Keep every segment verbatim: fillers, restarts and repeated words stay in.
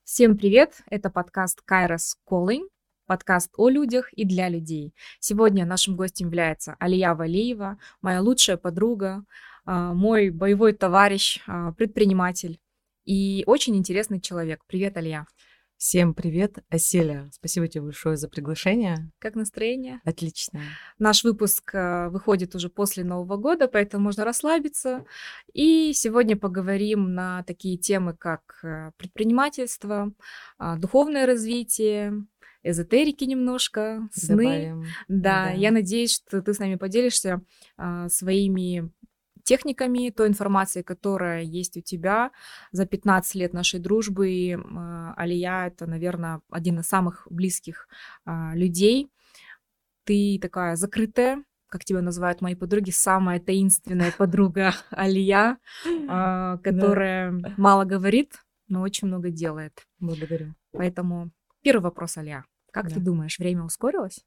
Всем привет! Это подкаст Kairos Calling, подкаст о людях и для людей. Сегодня нашим гостем является Алия Валиева, моя лучшая подруга, а, мой боевой товарищ, а, предприниматель и очень интересный человек. Привет, Алия! Всем привет, Аселя. Спасибо тебе большое за приглашение. Как настроение? Отлично. Наш выпуск а, выходит уже после Нового года, поэтому можно расслабиться. И сегодня поговорим на такие темы, как а, предпринимательство, а, духовное развитие, эзотерики немножко, сны. Добавим. Да, Да. я надеюсь, что ты с нами поделишься а, своими техниками, той информацией, которая есть у тебя. За пятнадцать лет нашей дружбы э, Алия — это, наверное, один из самых близких а, людей. Ты такая закрытая, как тебя называют мои подруги, самая таинственная подруга Алия, а, которая Да. мало говорит, но очень много делает. Благодарю. Поэтому первый вопрос, Алия. Как Да. ты думаешь, время ускорилось?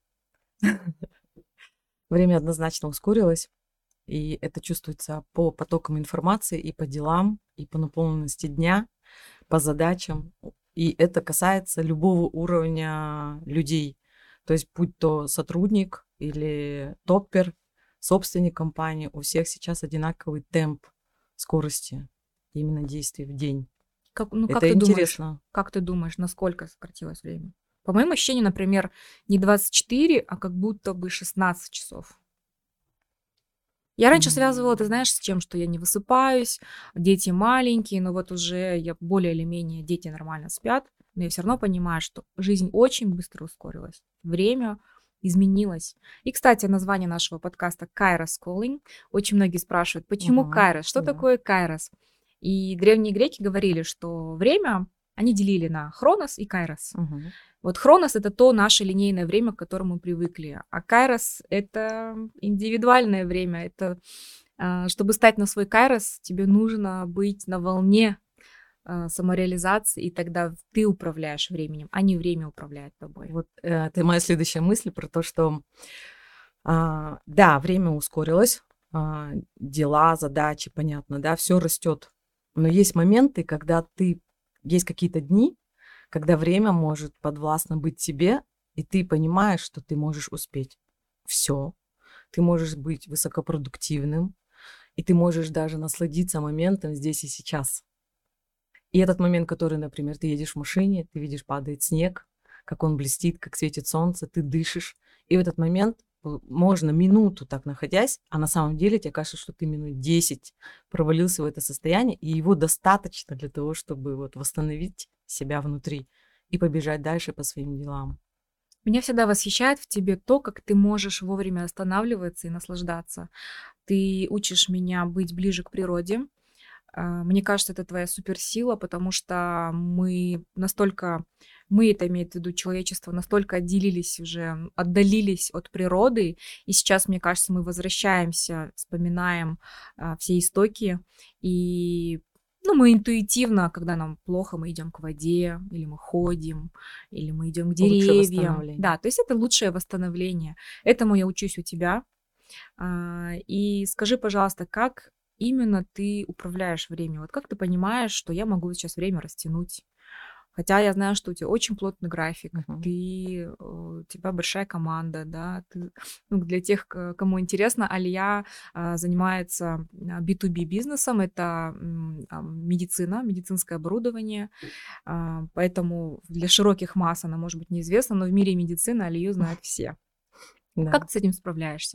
Время однозначно ускорилось, и это чувствуется по потокам информации и по делам, и по наполненности дня, по задачам. И это касается любого уровня людей. То есть будь то сотрудник или топпер, собственник компании, у всех сейчас одинаковый темп скорости именно действий в день. Как, ну, как Это ты интересно. думаешь, как ты думаешь, насколько сократилось время? По моему ощущению, например, не двадцать четыре, а как будто бы шестнадцать часов. Я раньше М. связывала, ты знаешь, с чем, что я не высыпаюсь, дети маленькие, но вот уже я более или менее, дети нормально спят, но я все равно понимаю, что жизнь очень быстро ускорилась, время изменилось. И, кстати, название нашего подкаста Kairos Calling. Очень многие спрашивают, почему Мгм. Kairos, что Да. такое Kairos? И древние греки говорили, что время они делили на Хронос и Кайрос. Мгм. Вот Хронос — это то наше линейное время, к которому мы привыкли, а Кайрос — это индивидуальное время. Это а, чтобы стать на свой Кайрос, тебе нужно быть на волне а, самореализации, и тогда ты управляешь временем, а не время управляет тобой. Вот э, это моя следующая мысль про то, что а, да, время ускорилось, а, дела, задачи, понятно, да, все растет. Но есть моменты, когда ты, есть какие-то дни, когда время может подвластно быть тебе, и ты понимаешь, что ты можешь успеть все, ты можешь быть высокопродуктивным, и ты можешь даже насладиться моментом здесь и сейчас. И этот момент, который, например, ты едешь в машине, ты видишь, падает снег, как он блестит, как светит солнце, ты дышишь. И в этот момент э, можно минуту так находясь, а на самом деле тебе кажется, что ты минут десять провалился в это состояние, и его достаточно для того, чтобы вот восстановить себя внутри и побежать дальше по своим делам. Меня всегда восхищает в тебе то, как ты можешь вовремя останавливаться и наслаждаться. Ты учишь меня быть ближе к природе. А, Мне кажется, это твоя суперсила, потому что мы настолько, мы, это имеет в виду человечество, настолько отделились уже, отдалились от природы, и сейчас, мне кажется, мы возвращаемся, вспоминаем а, все истоки, и ну, мы интуитивно, когда нам плохо, мы идем к воде, или мы ходим, или мы идем к Лучшее деревьям. восстановление. Да, то есть это лучшее восстановление. Этому я учусь у тебя. А, И скажи, пожалуйста, как именно ты управляешь временем? Вот как ты понимаешь, что я могу сейчас время растянуть? Хотя я знаю, что у тебя очень плотный график, Мгм. ты, э, у тебя большая команда, да, ты, ну, для тех, к- кому интересно, Алия а, занимается а, би ту би бизнесом, это м, а, медицина, медицинское оборудование, а, поэтому для широких масс она может быть неизвестна, но в мире медицины Алию знают все. Да. Как ты с этим справляешься?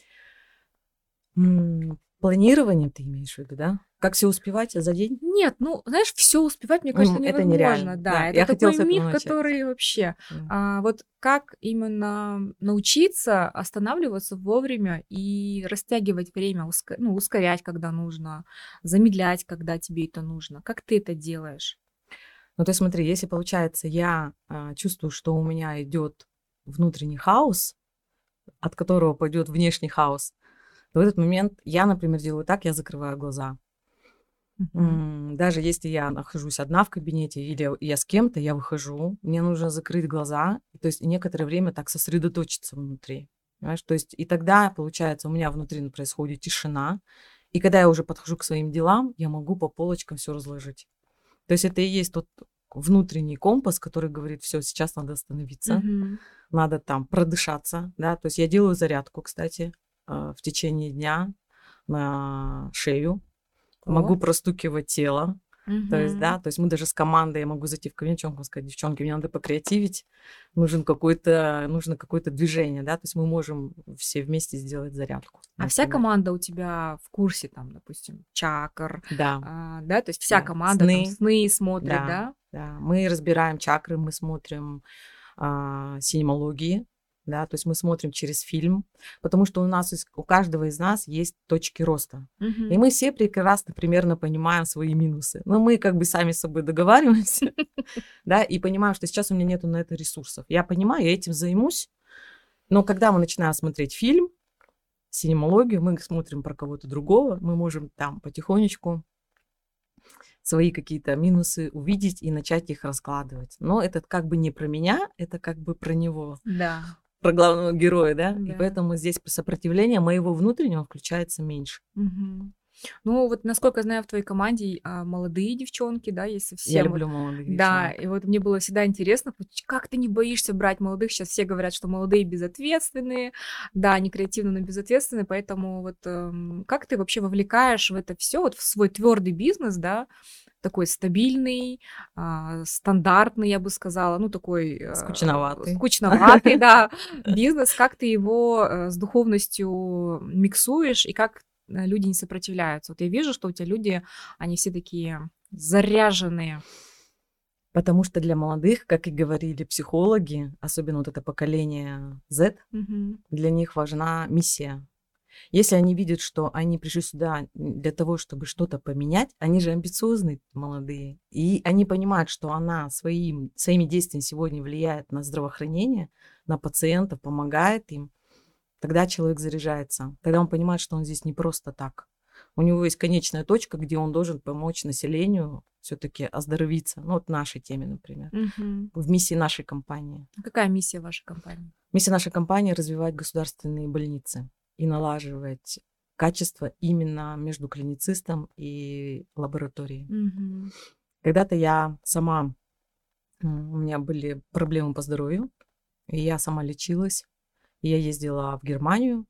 М, Планирование ты имеешь в виду, да? Как все успевать за день? Нет, ну, знаешь, все успевать, мне М, кажется, Это невозможно. нереально. Да, Да, это я хотела такой с этого миф, начать. который вообще. Да. А, вот как именно научиться останавливаться вовремя и растягивать время, уска- ну, ускорять, когда нужно, замедлять, когда тебе это нужно. Как ты это делаешь? Ну, ты смотри, если получается, я а, чувствую, что у меня идет внутренний хаос, от которого пойдет внешний хаос, то в этот момент я, например, делаю так, я закрываю глаза. Мгм. М, Даже если я нахожусь одна в кабинете или я с кем-то, я выхожу, мне нужно закрыть глаза, то есть и некоторое время так сосредоточиться внутри. Понимаешь? То есть и тогда, получается, у меня внутри ну, происходит тишина, и когда я уже подхожу к своим делам, я могу по полочкам все разложить. То есть это и есть тот внутренний компас, который говорит, все, сейчас надо остановиться, Мгм. надо там продышаться, да, то есть я делаю зарядку, кстати, а, в течение дня на шею, О. могу простукивать тело, то есть, Мгм. да, то есть мы даже с командой, я могу зайти в кабинет, девчонкам сказать, девчонки, мне надо покреативить, нужен какой-то, нужно какое-то движение, да, то есть мы можем все вместе сделать зарядку, А вся например. команда у тебя в курсе, там, допустим, чакр, Да, а, да, то есть вся да. команда там Сны, сны смотрит, да, да? да. Мы разбираем чакры, мы смотрим а, синемологии, да, то есть мы смотрим через фильм, потому что у нас, из- у каждого из нас есть точки роста. И Мгм. мы все прекрасно примерно понимаем свои минусы. Но мы как бы сами с собой договариваемся, да, и понимаем, что сейчас у меня нету на это ресурсов. Я понимаю, я этим займусь, но когда мы начинаем смотреть фильм, синемологию, мы смотрим про кого-то другого, мы можем там потихонечку свои какие-то минусы увидеть и начать их раскладывать. Но это как бы не про меня, это как бы про него, Да, про главного героя, да, и да. поэтому здесь сопротивление моего внутреннего включается меньше. Мгм. Ну, вот насколько я знаю, в твоей команде а, молодые девчонки, да, есть Я совсем вот. люблю молодых Да, девчонок. и вот мне было всегда интересно, вот ч- как ты не боишься брать молодых? Сейчас все говорят, что молодые безответственные, да, они креативны, но безответственные, поэтому вот эм, как ты вообще вовлекаешь в это все, вот в свой твердый бизнес, да, такой стабильный, а, стандартный, я бы сказала, ну, такой э, Скучноватый. скучноватый, да, бизнес, как ты его э, с духовностью миксуешь и как э, люди не сопротивляются. Вот я вижу, что у тебя люди, они все такие заряженные. Потому что для молодых, как и говорили психологи, особенно вот это поколение Z, Мгм. для них важна миссия. Если они видят, что они пришли сюда для того, чтобы что-то поменять, они же амбициозные молодые, и они понимают, что она своим, своими действиями сегодня влияет на здравоохранение, на пациентов, помогает им, тогда человек заряжается. Тогда он понимает, что он здесь не просто так. У него есть конечная точка, где он должен помочь населению все-таки оздоровиться. Ну, вот в нашей теме, например, Мгм. в миссии нашей компании. А какая миссия вашей компании? Миссия нашей компании – развивать государственные больницы и налаживать качество именно между клиницистом и лабораторией. Мгм. Когда-то я сама, м, у меня были проблемы по здоровью, и я сама лечилась. И я ездила в Германию,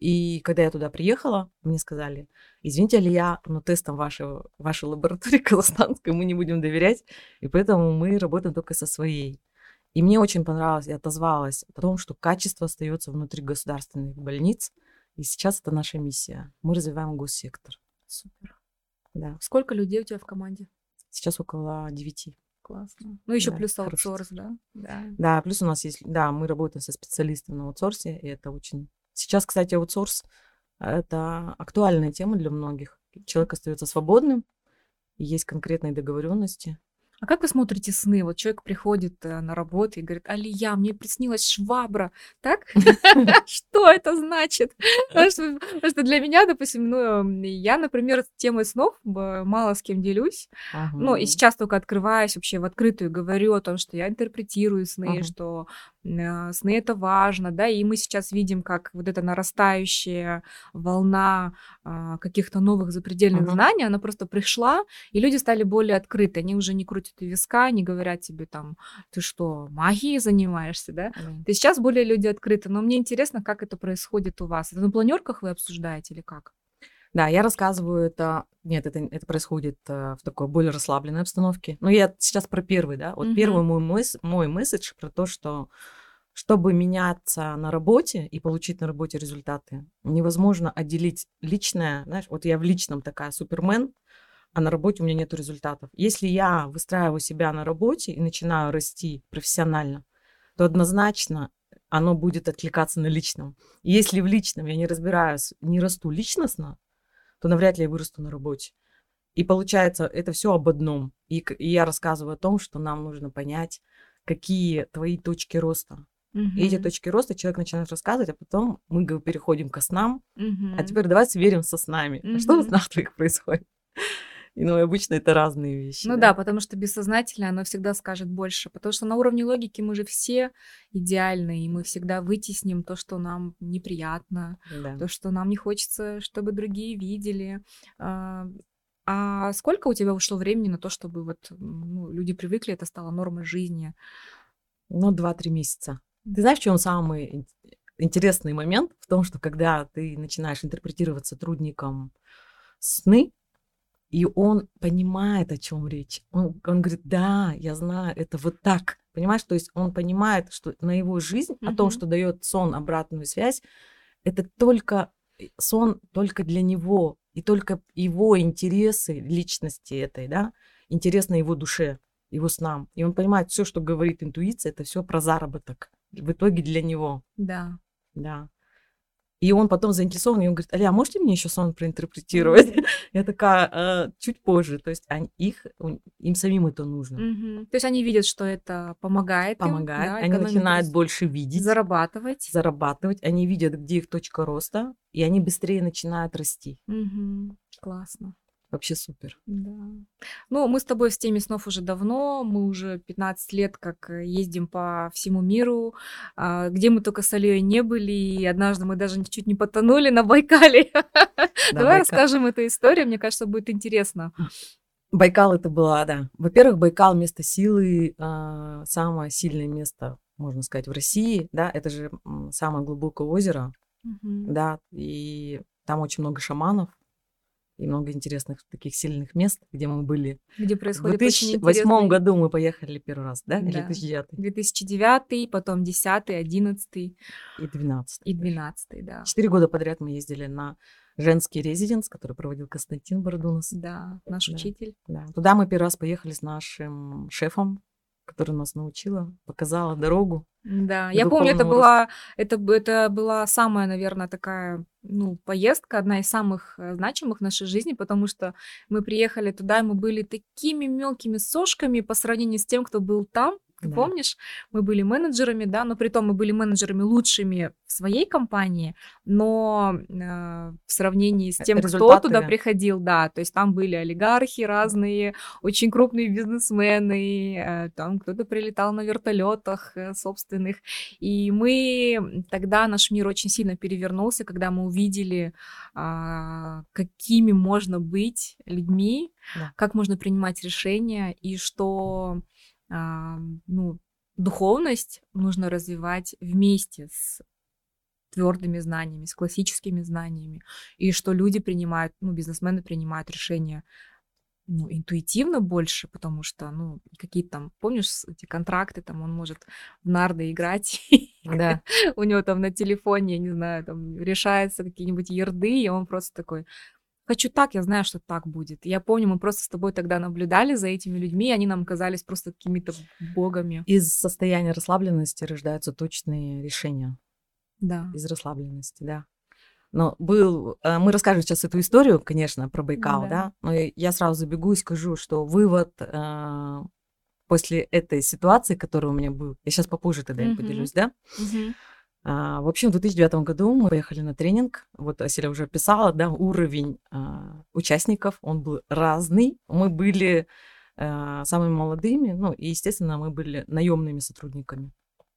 и когда я туда приехала, мне сказали, извините, Алия, но тестам вашей, вашей лаборатории казахстанской мы не будем доверять, и поэтому мы работаем только со своей. И мне очень понравилось, я отозвалась о том, что качество остается внутри государственных больниц, и сейчас это наша миссия. Мы развиваем госсектор. Супер. Да. Сколько людей у тебя в команде? Сейчас около девяти. Классно. Ну, еще Да, плюс хорошо. аутсорс, да? Да. Да, плюс у нас есть, да, мы работаем со специалистами на аутсорсе, и это очень... Сейчас, кстати, аутсорс– это актуальная тема для многих. Человек остается свободным, и есть конкретные договоренности. А как вы смотрите сны? Вот человек приходит э, на работу и говорит, Алия, мне приснилась швабра. Так? Что это значит? Потому что, потому что для меня, допустим, ну, я, например, с темой снов э, мало с кем делюсь. Ну, и Ага, сейчас только открываюсь вообще в открытую, говорю о том, что я интерпретирую сны, ага, что э, сны это важно, да, и мы сейчас видим, как вот эта нарастающая волна а, каких-то новых запредельных ага. знаний, она просто пришла, и люди стали более открыты. Они уже не крутят у виска, не говорят тебе там, ты что, магией занимаешься, да? Да. То есть сейчас более люди открыты. Но мне интересно, как это происходит у вас. Это на планерках вы обсуждаете или как? Да, я рассказываю это... Нет, это, это происходит э, в такой более расслабленной обстановке. Но я сейчас про первый, да. Вот Мгм. первый мой, мыс- мой месседж про то, что чтобы меняться на работе и получить на работе результаты, невозможно отделить личное, знаешь, вот я в личном такая супермен, а на работе у меня нет результатов. Если я выстраиваю себя на работе и начинаю расти профессионально, то однозначно оно будет откликаться на личном. И если в личном я не разбираюсь, не расту личностно, то навряд ли я вырасту на работе. И получается, это все об одном. И, к- и я рассказываю о том, что нам нужно понять, какие твои точки роста. И эти Мгм. точки роста человек начинает рассказывать, а потом мы г- переходим ко снам. А Мгм. теперь давай сверим со снами. А что в Мгм. снах твоих происходит? И, ну, и обычно это разные вещи, Ну да? да, потому что бессознательное, оно всегда скажет больше. Потому что на уровне логики мы же все идеальны, и мы всегда вытесним то, что нам неприятно, Да. то, что нам не хочется, чтобы другие видели. А А сколько у тебя ушло времени на то, чтобы вот, ну, люди привыкли, это стало нормой жизни? Ну, два-три месяца. Ты знаешь, в чем самый ин- интересный момент? В том, что когда ты начинаешь интерпретировать сотрудникам сны, и он понимает, о чем речь. Он, он говорит, да, я знаю, это вот так. Понимаешь, то есть он понимает, что на его жизнь, о том, Мгм. что дает сон обратную связь, это только э, сон только для него, и только его интересы личности этой, да, интересно его душе, его снам. И он понимает, все, что говорит интуиция, это все про заработок. В итоге для него, Да. да. И он потом заинтересован, и он говорит, Аля, а можете мне еще сон проинтерпретировать? Мгм. Я такая, «Э, чуть позже. То есть они, их, у- им самим это нужно. Мгм. То есть они видят, что это помогает им, Помогает. да, Они экономить начинают ресурсы, больше видеть, зарабатывать. зарабатывать. Они видят, где их точка роста, и они быстрее начинают расти. Мгм. Классно. Вообще супер. Да. Ну, мы с тобой в теме снов уже давно. Мы уже пятнадцать лет как э, ездим по всему миру. А, где мы только с Алией не были. И однажды мы даже чуть не потонули на Байкале. Да, Давай Байкал. расскажем эту историю. Мне кажется, будет интересно. Байкал это была, да. Во-первых, Байкал место силы, а, самое сильное место, можно сказать, в России, да. Это же м, самое глубокое озеро, Мгм. да, и там очень много шаманов и много интересных таких сильных мест, где мы были. Где В происходит очень две тысячи восьмом интересный, году мы поехали первый раз, да, или да, две тысячи девятый две тысячи девятый, потом десятый, одиннадцатый и двенадцатый и даже. двенадцатый, да. Четыре года подряд мы ездили на женский резиденс, который проводил Константин Бардунас. Да, наш Да, учитель. да. Туда мы первый раз поехали с нашим шефом, который нас научила, показала дорогу Да, к я помню, это духовному росту. была, это, б- это была самая, наверное, такая, ну, поездка, одна из самых э, значимых в нашей жизни, потому что мы приехали туда, и мы были такими мелкими сошками по сравнению с тем, кто был там. Ты Да. помнишь, мы были менеджерами, да, но при том мы были менеджерами лучшими в своей компании, но э, в сравнении с Э, тем, кто туда Результаты приходил, да, то есть там были олигархи разные, очень крупные бизнесмены, э, там кто-то прилетал на вертолетах э, собственных. И мы тогда наш мир очень сильно перевернулся, когда мы увидели, а, какими можно быть людьми, да. как можно принимать решения, и что а, ну, духовность нужно развивать вместе с твердыми знаниями, с классическими знаниями, и что люди принимают, ну, бизнесмены принимают решения, ну, интуитивно больше, потому что, ну, какие-то там, помнишь, с- эти контракты, там, он может в нарды играть, Да. у него там на телефоне, я не знаю, там, решаются какие-нибудь ерды, и он просто такой, хочу так, я знаю, что так будет. Я помню, мы просто с тобой тогда наблюдали за этими людьми, они нам казались просто какими-то богами. Из состояния расслабленности рождаются точные решения. Да. Из расслабленности, да. Но был, э, мы расскажем сейчас эту историю, конечно, про Байкал, Да. да, но я я сразу забегу и скажу, что вывод э, после этой ситуации, которая у меня был, я сейчас попозже тогда им Мгм. поделюсь, да. Мгм. А, в общем, в две тысячи девятом году мы поехали на тренинг. Вот Аселя уже писала, да, уровень а, участников, он был разный. Мы были а, самыми молодыми, ну, и, естественно, мы были наемными сотрудниками.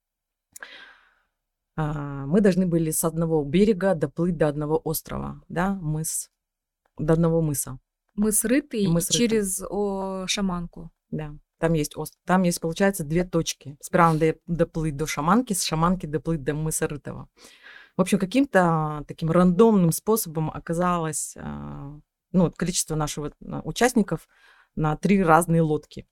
А, мы должны были с одного берега доплыть до одного острова, да, мыс, до одного мыса. Мы срыты Мы срыты. через о, шаманку. Да, там есть ост- там есть, получается, две точки. Сперва надо доплыть до шаманки, с шаманки доплыть до мыса Рытого. В общем, каким-то таким рандомным способом оказалось, а, ну, вот количество наших участников на три разные лодки.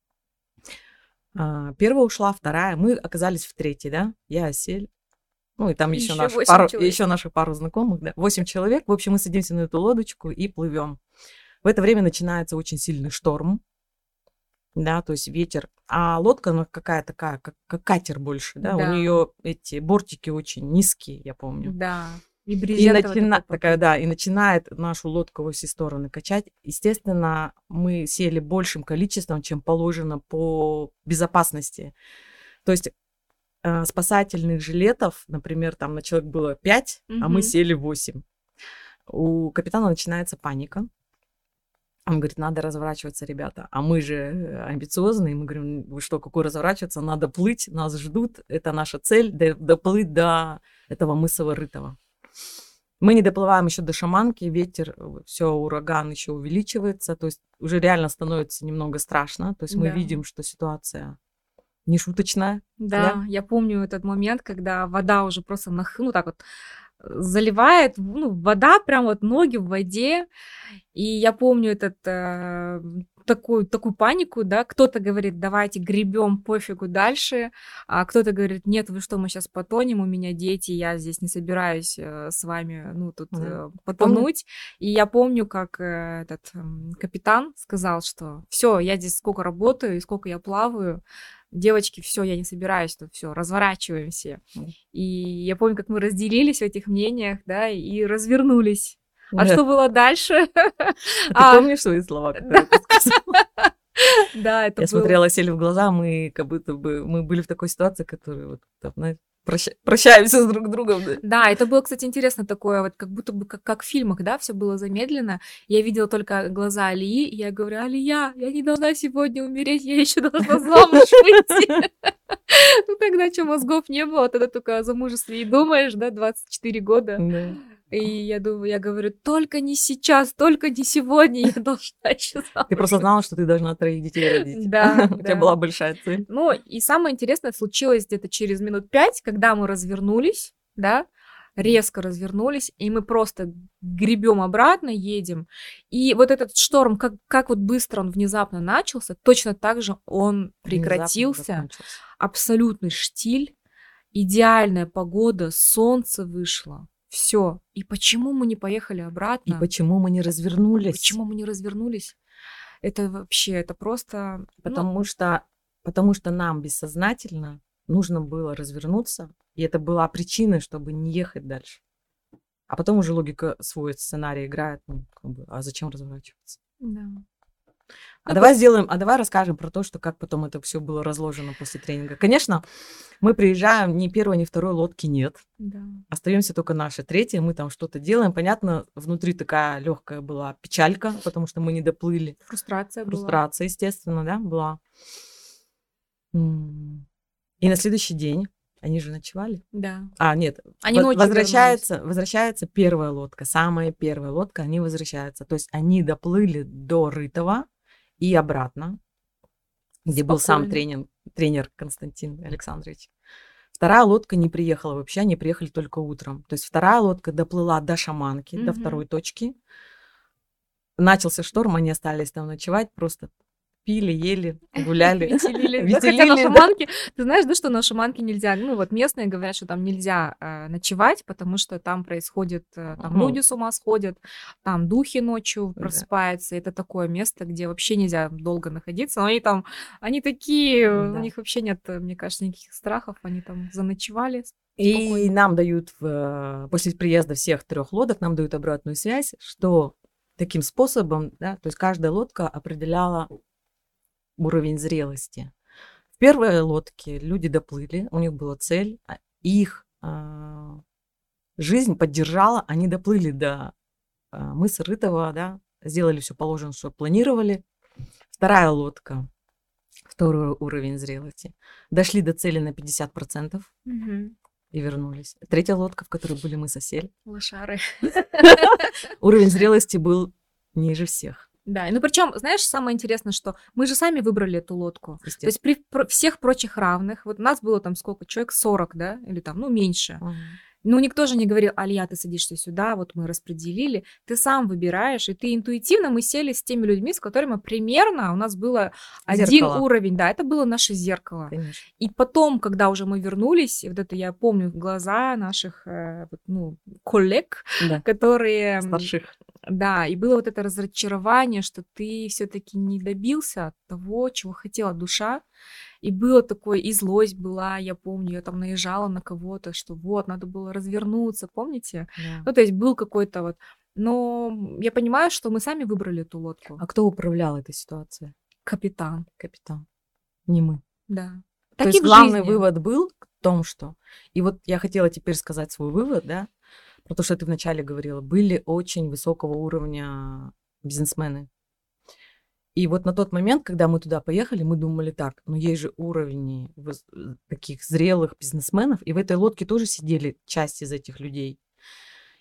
А, Первая ушла, вторая. Мы оказались в третьей, да? Я, Асель. Ну, и там еще Еще наши восемь пару, человек. еще наши пару знакомых, да? Восемь человек. В общем, мы садимся на эту лодочку и плывем. В это время начинается очень сильный шторм, да, то есть ветер. А лодка, она какая такая, как, как катер больше, да? У Да. нее эти бортики очень низкие, я помню. Да. И И, брезентовый начина... такой такая, покрытие. да, и начинает нашу лодку во все стороны качать. Естественно, мы сели большим количеством, чем положено по безопасности. То есть э, спасательных жилетов, например, там на человек было пять, а мы Мгм. сели восемь. У капитана начинается паника. Он говорит, надо разворачиваться, ребята. А мы же э, амбициозные. Мы говорим, вы что, какой разворачиваться? Надо плыть, нас ждут. Это наша цель, до- доплыть до этого мыса Рытого. Мы не доплываем еще до Шаманки, ветер, все, ураган еще увеличивается, то есть уже реально становится немного страшно, то есть мы Да. видим, что ситуация не шуточная. Да, Да. я помню этот момент, когда вода уже просто нах ну, так вот, э, заливает, ну, вода, прям вот ноги в воде. И я помню этот, э, такую такую панику, да. Кто-то говорит: "Давайте гребем, пофигу, дальше". А кто-то говорит: "Нет, вы что, мы сейчас потонем, у меня дети, я здесь не собираюсь, э, с вами, ну, тут, Да. э, Помню. потонуть". И я помню, как, э, этот, м, капитан сказал, что: "Всё, я здесь сколько работаю и сколько я плаваю, девочки, всё, я не собираюсь тут, всё, разворачиваемся". М. И я помню, как мы разделились в этих мнениях, да, и развернулись. А Да. что было дальше? А ты А, помнишь свои слова, которые ты сказала? да, это Я было смотрела Селе в глаза, мы как будто бы мы были в такой ситуации, которая вот там, знаешь, проща прощаемся с друг другом, да. Да, это было, кстати, интересно такое вот, как будто бы как как в фильмах, да, всё было замедлено. Я видела только глаза Алии, и я говорю: "Алия, я не должна сегодня умереть, я еще должна замуж выйти". Ну, тогда чё, мозгов не было, тогда только о замужестве и думаешь, да, двадцать четыре года. Да. И я думаю, я говорю: "Только не сейчас, только не сегодня, я должна еще Ты просто замуж". знала, что ты должна троих детей родить. Да, У тебя да. была большая цель. Ну, и самое интересное случилось где-то через минут пять, когда мы развернулись, да, резко развернулись, и мы просто гребем обратно, едем. И вот этот шторм, как как вот быстро он внезапно начался, точно так же он Внезапно прекратился. закончился. Абсолютный штиль, идеальная погода, солнце вышло. Всё. И почему мы не поехали И обратно? почему мы не развернулись? Почему мы не развернулись? Это вообще, это просто, ну, Потому что потому что нам бессознательно нужно было развернуться, и это была причиной, чтобы не ехать дальше. А потом уже логика свой сценарий играет, ну, как бы, а зачем разворачиваться? да. А Ну, давай пос сделаем, а давай расскажем про то, что как потом это все было разложено после тренинга. Конечно, мы приезжаем, ни первой, ни второй лодки нет. Да. Остаемся только наши. Третья, мы там что-то делаем. Понятно, внутри такая легкая была печалька, потому что мы не доплыли. Фрустрация была. Фрустрация, естественно, да, была. М. И на следующий день они же ночевали. Да. А, нет, Они во- ночью возвращается, возвращается первая лодка, самая первая лодка, они возвращаются. То есть они доплыли до Рытова и обратно, где был сам Спокойно. тренинг, тренер Константин Александрович. Вторая лодка не приехала вообще, они приехали только утром. То есть вторая лодка доплыла до Шаманки, до Мгм. второй точки. Начался шторм, они остались там ночевать, просто пили, ели, гуляли, Веселились. Да, хотя на веселились, да. Шаманке, ты знаешь, да, что на Шаманке нельзя, ну вот местные говорят, что там нельзя э, ночевать, потому что там происходит, э, там Ну, люди с ума сходят, там духи ночью да, просыпаются. Это такое место, где вообще нельзя долго находиться. Но они там, они такие, у да. них вообще нет, э, мне кажется, никаких страхов. Они там заночевали И спокойно. нам дают, в, э, после приезда всех трех лодок, нам дают обратную связь, что таким способом, да, то есть каждая лодка определяла уровень зрелости. В первой лодке люди доплыли, у них была цель, а их а, жизнь поддержала, они доплыли до а, мыса Рытова, да, сделали все положено, что планировали. Вторая лодка, второй уровень зрелости, дошли до цели на пятьдесят процентов Мгм. и вернулись. Третья лодка, в которой были мы со Сель, Лошары. уровень зрелости был ниже всех, Да, и ну причем, знаешь, самое интересное, что мы же сами выбрали эту лодку. То естественно. есть при про- всех прочих равных, вот у нас было там сколько, человек сорок, да, или там, ну, меньше. Мгм. Ну, никто же не говорил: Алия, ты садишься сюда, вот мы распределили. Ты сам выбираешь, и ты интуитивно, мы сели с теми людьми, с которыми примерно у нас было один Зеркало. уровень, да, это было наше зеркало. Конечно. И потом, когда уже мы вернулись, и вот это я помню глаза наших, э, вот, ну, коллег, Да. которые, м, Старших. да, и было вот это разочарование, что ты все-таки не добился того, чего хотела душа. И было такое, и злость была, я помню, я там наезжала на кого-то, что вот, надо было развернуться, помните? Да. Ну, то есть был какой-то вот... Но я понимаю, что мы сами выбрали эту лодку. А кто управлял этой ситуацией? Капитан, Капитан. Не мы. да. То Так есть и в главный жизни. вывод был в том, что... И вот я хотела теперь сказать свой вывод, да, про то, что ты вначале говорила. Были очень высокого уровня бизнесмены. И вот на тот момент, когда мы туда поехали, мы думали так, ну есть же уровни выс- таких зрелых бизнесменов, и в этой лодке тоже сидели часть из этих людей.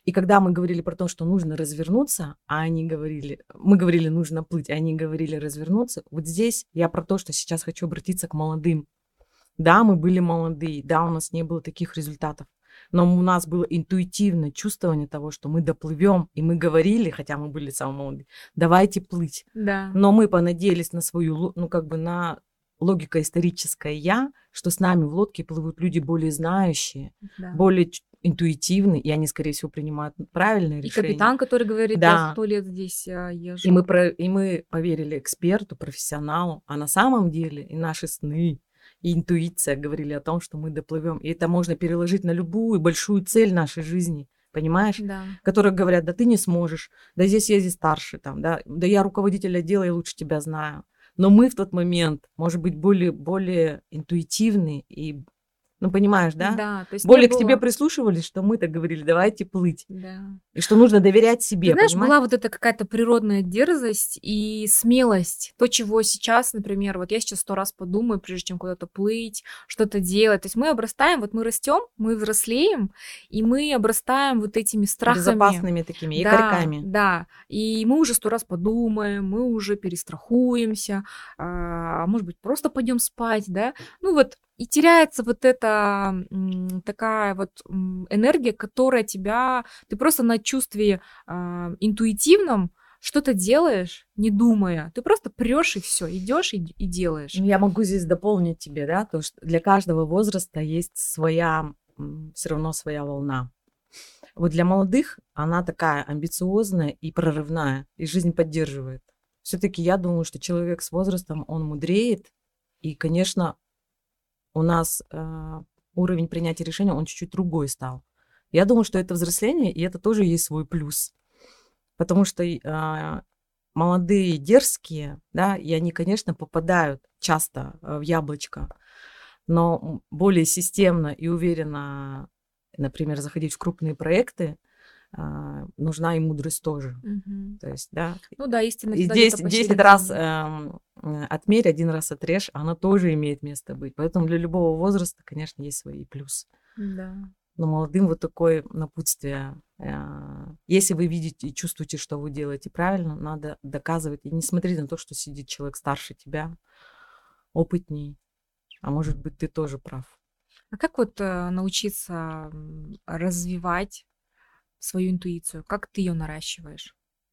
И когда мы говорили про то, что нужно развернуться, а они говорили, мы говорили, нужно плыть, а они говорили развернуться, вот здесь я про то, что сейчас хочу обратиться к молодым. Да, мы были молодые, да, у нас не было таких результатов, но у нас было интуитивное чувствование того, что мы доплывем, и мы говорили, хотя мы были самые молодые, давайте плыть. Да. Но мы понадеялись на свою, ну как бы на логика историческая я, что с нами в лодке плывут люди более знающие, Да. более интуитивные, и они, скорее всего, принимают правильные И решения. капитан, который говорит, Да. я сто лет здесь а, езжу. И мы, про, и мы поверили эксперту, профессионалу, а на самом деле и наши сны, и интуиция говорили о том, что мы доплывем. И это можно переложить на любую большую цель нашей жизни, понимаешь? Да. Которые говорят, да ты не сможешь, да здесь я здесь старше, там, да, да я руководитель отдела, я лучше тебя знаю. Но мы в тот момент, может быть, более, более интуитивны и, ну, понимаешь, да? Да, то есть не Более к было- тебе прислушивались, что мы так говорили, давайте плыть. Да. И что нужно доверять себе, Ты знаешь, понимаешь? была вот эта какая-то природная дерзость и смелость. То, чего сейчас, например, вот я сейчас сто раз подумаю, прежде чем куда-то плыть, что-то делать. То есть мы обрастаем, вот мы растем, мы взрослеем, и мы обрастаем вот этими страхами. Безопасными такими Да, якорьками. да. И мы уже сто раз подумаем, мы уже перестрахуемся, а может быть, просто пойдем спать, да. Ну вот, и теряется вот эта м, такая вот м, энергия, которая тебя... Ты просто на чувстве а, интуитивном что-то делаешь, не думая. Ты просто прешь и все, идешь и, и делаешь. Ну, я могу здесь дополнить тебе, да, то, что для каждого возраста есть своя, все равно своя волна. Вот для молодых она такая амбициозная и прорывная, и жизнь поддерживает. Все-таки я думаю, что человек с возрастом, он мудреет, и, конечно, у нас э, уровень принятия решения, он чуть-чуть другой стал. Я думаю, что это взросление, и это тоже есть свой плюс. Потому что э, молодые, дерзкие, да, и они, конечно, попадают часто в яблочко, но более системно и уверенно, например, заходить в крупные проекты, э, нужна и мудрость тоже. Мгм. То есть, да. Ну да, истинно И всегда здесь где-то десять раз посередине. эм, отмерь, один раз отрежь, она тоже имеет место быть. Поэтому для любого возраста, конечно, есть свои плюсы. Да. Но молодым вот такое напутствие. э, Если вы видите и чувствуете, что вы делаете правильно, надо доказывать. И не смотреть на то, что сидит человек старше тебя, опытней. А может быть, ты тоже прав. А как вот э, научиться м, развивать свою интуицию? Как ты ее наращиваешь?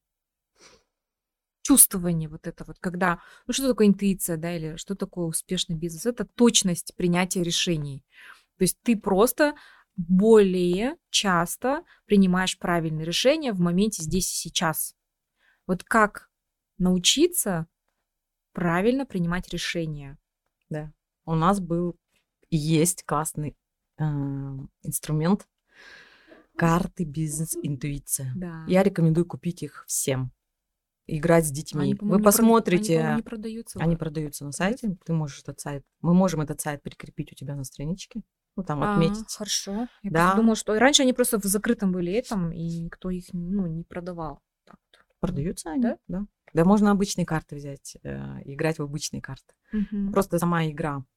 Чувствование вот это вот, когда... Ну, что такое интуиция, да, или что такое успешный бизнес? Это точность принятия решений. То есть ты просто более часто принимаешь правильные решения в моменте здесь и сейчас. Вот как научиться правильно принимать решения? Да. У нас был и есть классный э, инструмент карты бизнес-интуиция. Да. Я рекомендую купить их всем. Играть с детьми. Они, Вы по-моему, не прод- посмотрите. Они, по-моему, не продаются. Они уже. продаются на сайте. Ты можешь этот сайт. Мы можем этот сайт прикрепить у тебя на страничке. Ну, там А, отметить. хорошо. Я Да. просто думала, что раньше они просто в закрытом были этом, и никто их ну, не продавал. Так вот. Продаются они, Да? да? Да, можно обычные карты взять, э, играть в обычные карты. Мгм. Просто сама игра.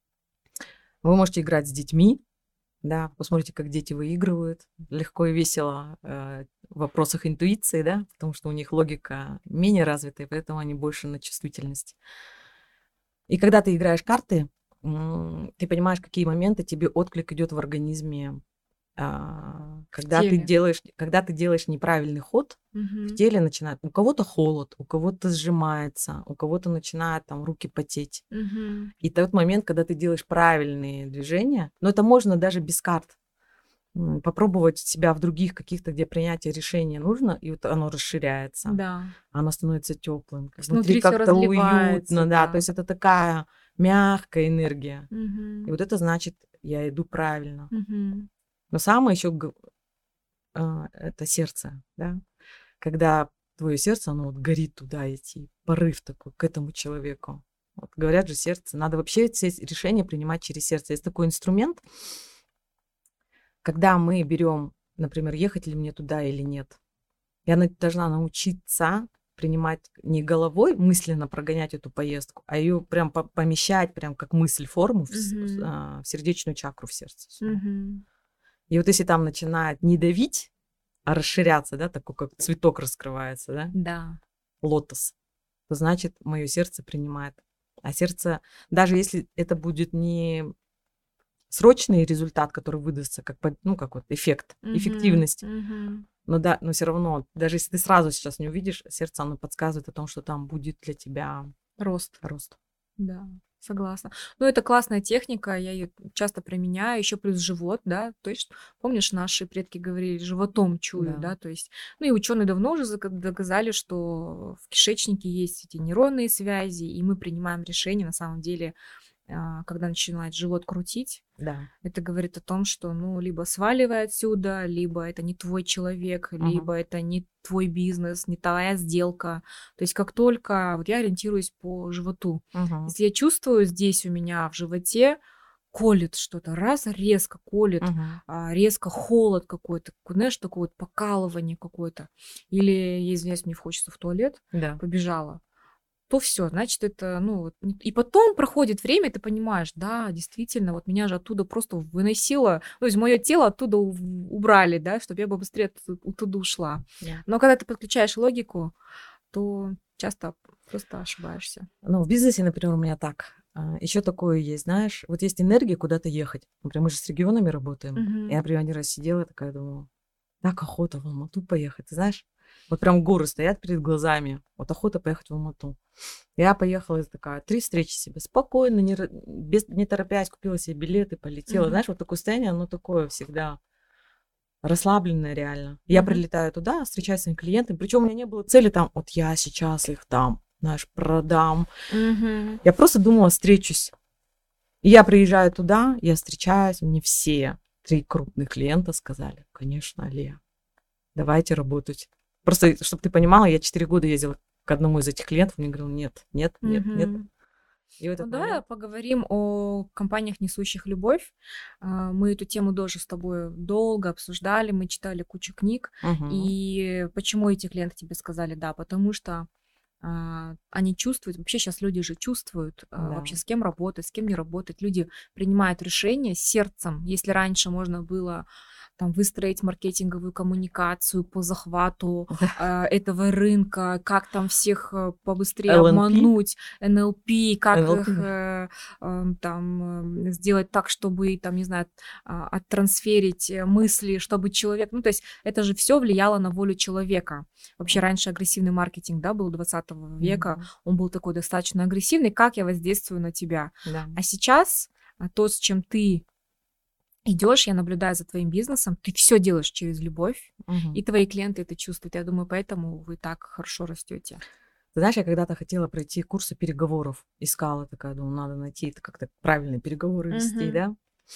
Вы можете играть с детьми, да, посмотрите, как дети выигрывают. Легко и весело э, в вопросах интуиции, да, потому что у них логика менее развитая, поэтому они больше на чувствительности. И когда ты играешь карты, м, ты понимаешь, какие моменты тебе отклик идет в организме. А, Когда ты теле. делаешь, когда ты делаешь неправильный ход, в Мгм. теле начинает, у кого-то холод, у кого-то сжимается, у кого-то начинают там руки потеть. Мгм. И тот момент, когда ты делаешь правильные движения, но это можно даже без карт, м, попробовать себя в других каких-то, где принятие решения нужно, и вот оно расширяется, Да. оно становится теплым, Внутри внутри всё как-то разливается, уютно, да, да. то есть это такая мягкая энергия. И Мгм. вот это значит, я иду правильно. Мгм. Но самое еще это сердце, да, когда твое сердце, оно вот горит туда идти, порыв такой к этому человеку. Вот говорят же, сердце, надо вообще все решения принимать через сердце. Есть такой инструмент, когда мы берем, например, ехать ли мне туда или нет. Я на- должна научиться принимать не головой, мысленно прогонять эту поездку, а ее прям по- помещать, прям как мысль, форму в, с- Мгм. а, в сердечную чакру в сердце. своё. Мгм. И вот если там начинает не давить, расширяться, да, такой как цветок раскрывается, да, Да. лотос, то значит, мое сердце принимает. А сердце, даже если это будет не срочный результат, который выдастся, как, под- ну, как вот эффект, Мгм, эффективность, мгм. но да, но все равно, даже если ты сразу сейчас не увидишь, сердце, оно подсказывает о том, что там будет для тебя Рост. рост. Да, согласна. Ну, это классная техника, я ее часто применяю. Еще плюс живот, да. То есть, помнишь, наши предки говорили, животом чую, Да. да. То есть, ну и ученые давно уже зак- доказали, что в кишечнике есть эти нейронные связи, и мы принимаем решение, на самом деле, а, когда начинает живот крутить. Да. Это говорит о том, что, ну, либо сваливай отсюда, либо это не твой человек, Мгм. либо это не твой бизнес, не твоя сделка. То есть как только вот я ориентируюсь по животу. Мгм. Если я чувствую здесь у меня в животе колет что-то, раз, резко колет, Мгм. а, резко холод какой-то, ку- знаешь, такое вот покалывание какое-то. Или, я извиняюсь, мне хочется в туалет, Да. побежала, то все, значит, это, ну, вот не И потом проходит время, и ты понимаешь: да, действительно, вот меня же оттуда просто выносило, то есть мое тело оттуда ув убрали, да, чтобы я бы быстрее отту оттуда ушла. Да. Но когда ты подключаешь логику, то часто просто ошибаешься. Ну, в бизнесе, например, у меня так. Еще такое есть, знаешь, вот есть энергия куда-то ехать. Например, мы же с регионами работаем. Мгм. Я, например, один раз сидела такая, думаю, так охота в Алмату поехать. Ты знаешь, вот прям горы стоят перед глазами. Вот охота поехать в Алмату. Я поехала и такая, три встречи себе, спокойно, не, ра- без, не торопясь, купила себе билеты, полетела. Мгм. Знаешь, вот такое состояние, оно такое всегда расслабленное реально. Я Мгм. прилетаю туда, встречаюсь с своими клиентами. Причем у меня не было цели там, вот я сейчас их там, знаешь, продам. Мгм. Я просто думала, встречусь. И я приезжаю туда, я встречаюсь, мне все три крупных клиента сказали, конечно, Лея, давайте работать. Просто, чтобы ты понимала, я четыре года ездила к одному из этих клиентов, мне говорил, нет, нет, нет, нет. Мгм. И в Ну этот да, момент, поговорим о компаниях, несущих любовь. А, Мы эту тему тоже с тобой долго обсуждали, мы читали кучу книг. мгм, И почему эти клиенты тебе сказали да? Потому что а, они чувствуют, вообще сейчас люди же чувствуют, а, да, вообще с кем работать, с кем не работать. Люди принимают решения сердцем. Если раньше можно было там выстроить маркетинговую коммуникацию по захвату да, а, этого рынка, как там всех э, побыстрее эл эн пи, обмануть, эн эл пи, как эн эл пи, их да. э, эм, там э, сделать так, чтобы там, не знаю, а, оттрансферить э, мысли, чтобы человек, ну то есть это же все влияло на волю человека. Вообще раньше агрессивный маркетинг, да, был двадцатого века, Мгм, он был такой достаточно агрессивный, как я воздействую на тебя. да, А сейчас а, то, с чем ты идешь, я наблюдаю за твоим бизнесом, ты все делаешь через любовь, мгм. и твои клиенты это чувствуют. Я думаю, поэтому вы так хорошо растете. Ты знаешь, я когда-то хотела пройти курсы переговоров, искала такая, думаю, надо найти это как-то правильные переговоры вести, Мгм. да.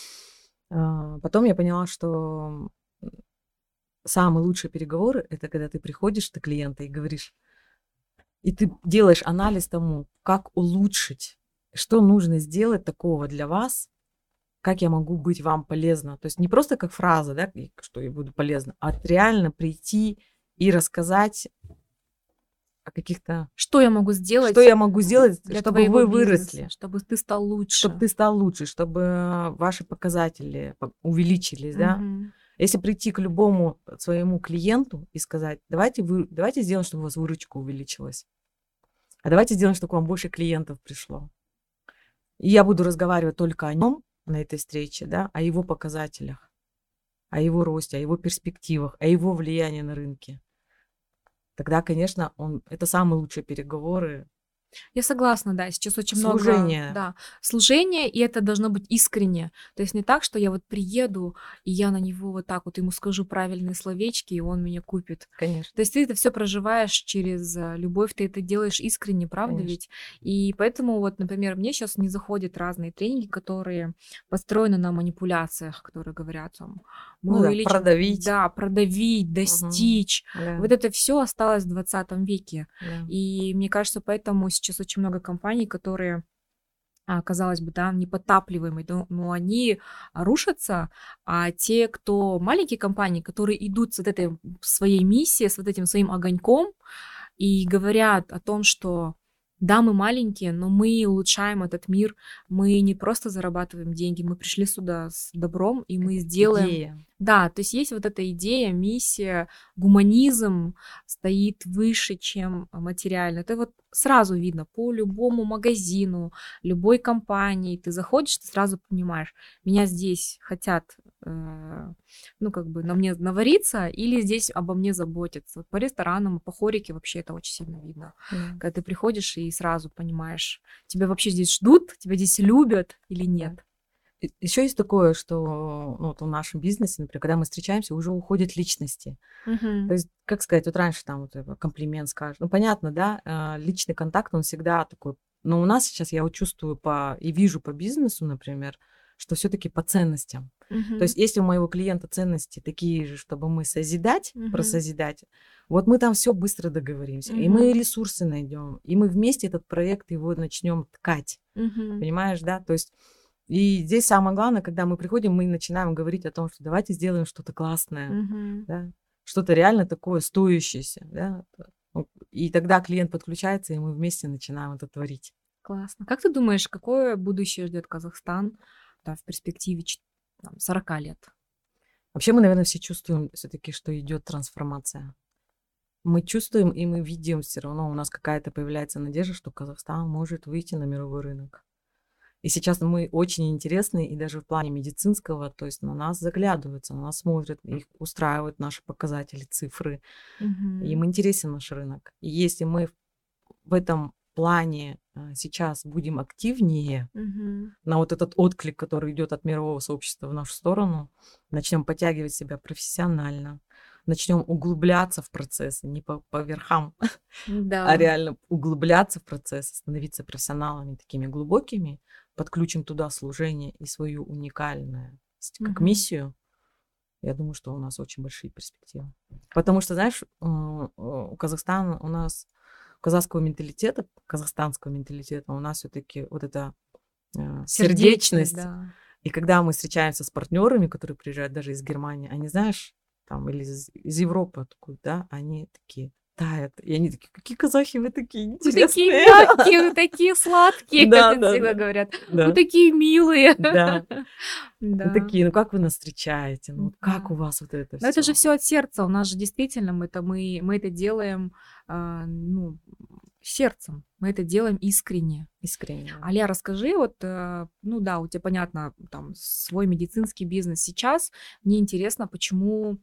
А, Потом я поняла, что м, самые лучшие переговоры это когда ты приходишь до клиента и говоришь, и ты делаешь анализ тому, как улучшить, что нужно сделать такого для вас, как я могу быть вам полезна. То есть не просто как фраза, да, и что я буду полезна, а реально прийти и рассказать о каких-то, Что я могу что сделать я могу сделать, для чтобы твоего вы бизнеса, выросли, чтобы ты стал чтобы лучше? ты стал лучше, чтобы ваши показатели по- увеличились, да. Мгм. Если прийти к любому своему клиенту и сказать, давайте, вы, давайте сделаем, чтобы у вас выручка увеличилась, а давайте сделаем, чтобы к вам больше клиентов пришло. И я буду разговаривать только о нем на этой встрече, да, о его показателях, о его росте, о его перспективах, о его влиянии на рынке. Тогда, конечно, он, это самые лучшие переговоры. Я согласна, да, сейчас очень много, Служение, да, служения, и это должно быть искренне. То есть не так, что я вот приеду, и я на него вот так вот ему скажу правильные словечки, и он меня купит. конечно, То есть ты это все проживаешь через а, любовь, ты это делаешь искренне, правда конечно. ведь? И поэтому вот, например, мне сейчас не заходят разные тренинги, которые построены на манипуляциях, которые говорят там, мы Ну да, увеличим, продавить. да, продавить, Мгм. достичь. Да, Вот это все осталось в двадцатом веке. да. И мне кажется, поэтому сейчас очень много компаний, которые, а, казалось бы, да, непотапливаемые, но, но они рушатся, а те, кто маленькие компании, которые идут с вот этой своей миссией, с вот этим своим огоньком и говорят о том, что Да, мы маленькие, но мы улучшаем этот мир. Мы не просто зарабатываем деньги, мы пришли сюда с добром, и мы сделаем... Идея. Да, то есть есть вот эта идея, миссия, гуманизм стоит выше, чем материально. Это вот сразу видно по любому магазину, любой компании. Ты заходишь, ты сразу понимаешь, меня здесь хотят, э, ну, как бы на мне навариться, или здесь обо мне заботятся. По ресторанам, по хорике вообще это очень сильно видно. Да. Когда ты приходишь и сразу понимаешь, тебя вообще здесь ждут, тебя здесь любят или нет. Еще есть такое, что ну, вот в нашем бизнесе, например, когда мы встречаемся, уже уходят личности. Мгм. То есть, как сказать, вот раньше там вот это комплимент скажешь. Ну, понятно, да, а, личный контакт, он всегда такой. Но у нас сейчас я вот чувствую по и вижу по бизнесу, например, что все-таки по ценностям. То Мгм. есть, если у моего клиента ценности такие же, чтобы мы созидать, про Мгм. созидать, вот мы там все быстро договоримся, и мы Мгм. ресурсы найдем, и мы вместе этот проект его начнем ткать, Мгм. понимаешь, да? То есть и здесь самое главное, когда мы приходим, мы начинаем говорить о том, что давайте сделаем что-то классное, Мгм. да, что-то реально такое стоящееся, да. Ну, и тогда клиент подключается, и мы вместе начинаем это творить. Классно. Как ты думаешь, какое будущее ждет Казахстан, да, в перспективе ч- там, сорок лет? Вообще мы, наверное, все чувствуем все-таки, что идет трансформация. Мы чувствуем и мы видим все равно, у нас какая-то появляется надежда, что Казахстан может выйти на мировой рынок. И сейчас мы очень интересны, и даже в плане медицинского, то есть на нас заглядываются, на нас смотрят, их устраивают наши показатели, цифры. Мгм. Им интересен наш рынок. И если мы в в этом плане а, сейчас будем активнее Мгм. на вот этот отклик, который идет от мирового сообщества в нашу сторону, начнем подтягивать себя профессионально, начнем углубляться в процессы, не по, по верхам, а Да. реально углубляться в процессы, становиться профессионалами такими глубокими, подключим туда служение и свою уникальность как Мгм. миссию, я думаю, что у нас очень большие перспективы. Потому что, знаешь, э, э, у Казахстана, у нас, у казахского менталитета, казахстанского менталитета у нас все-таки вот эта э, Сердечность, сердечность. да. И когда мы встречаемся с партнерами, которые приезжают даже из Германии, они, знаешь, там, или из, из Европы, такой, да, они такие тают. И они такие, какие казахи вы такие Вы такие интересные. мягкие, вы такие сладкие, Да, как да, всегда да. говорят. Вы Да, такие милые. да. Ну, Да. такие, ну как вы нас встречаете? Ну, вот как Да. у вас вот это Но это же все? все от сердца. У нас же действительно мы это мы мы это делаем, а, ну, сердцем. Мы это делаем искренне. Искренне. да. Аля, расскажи, вот, э, ну да, у тебя, понятно, там свой медицинский бизнес сейчас. Мне интересно, почему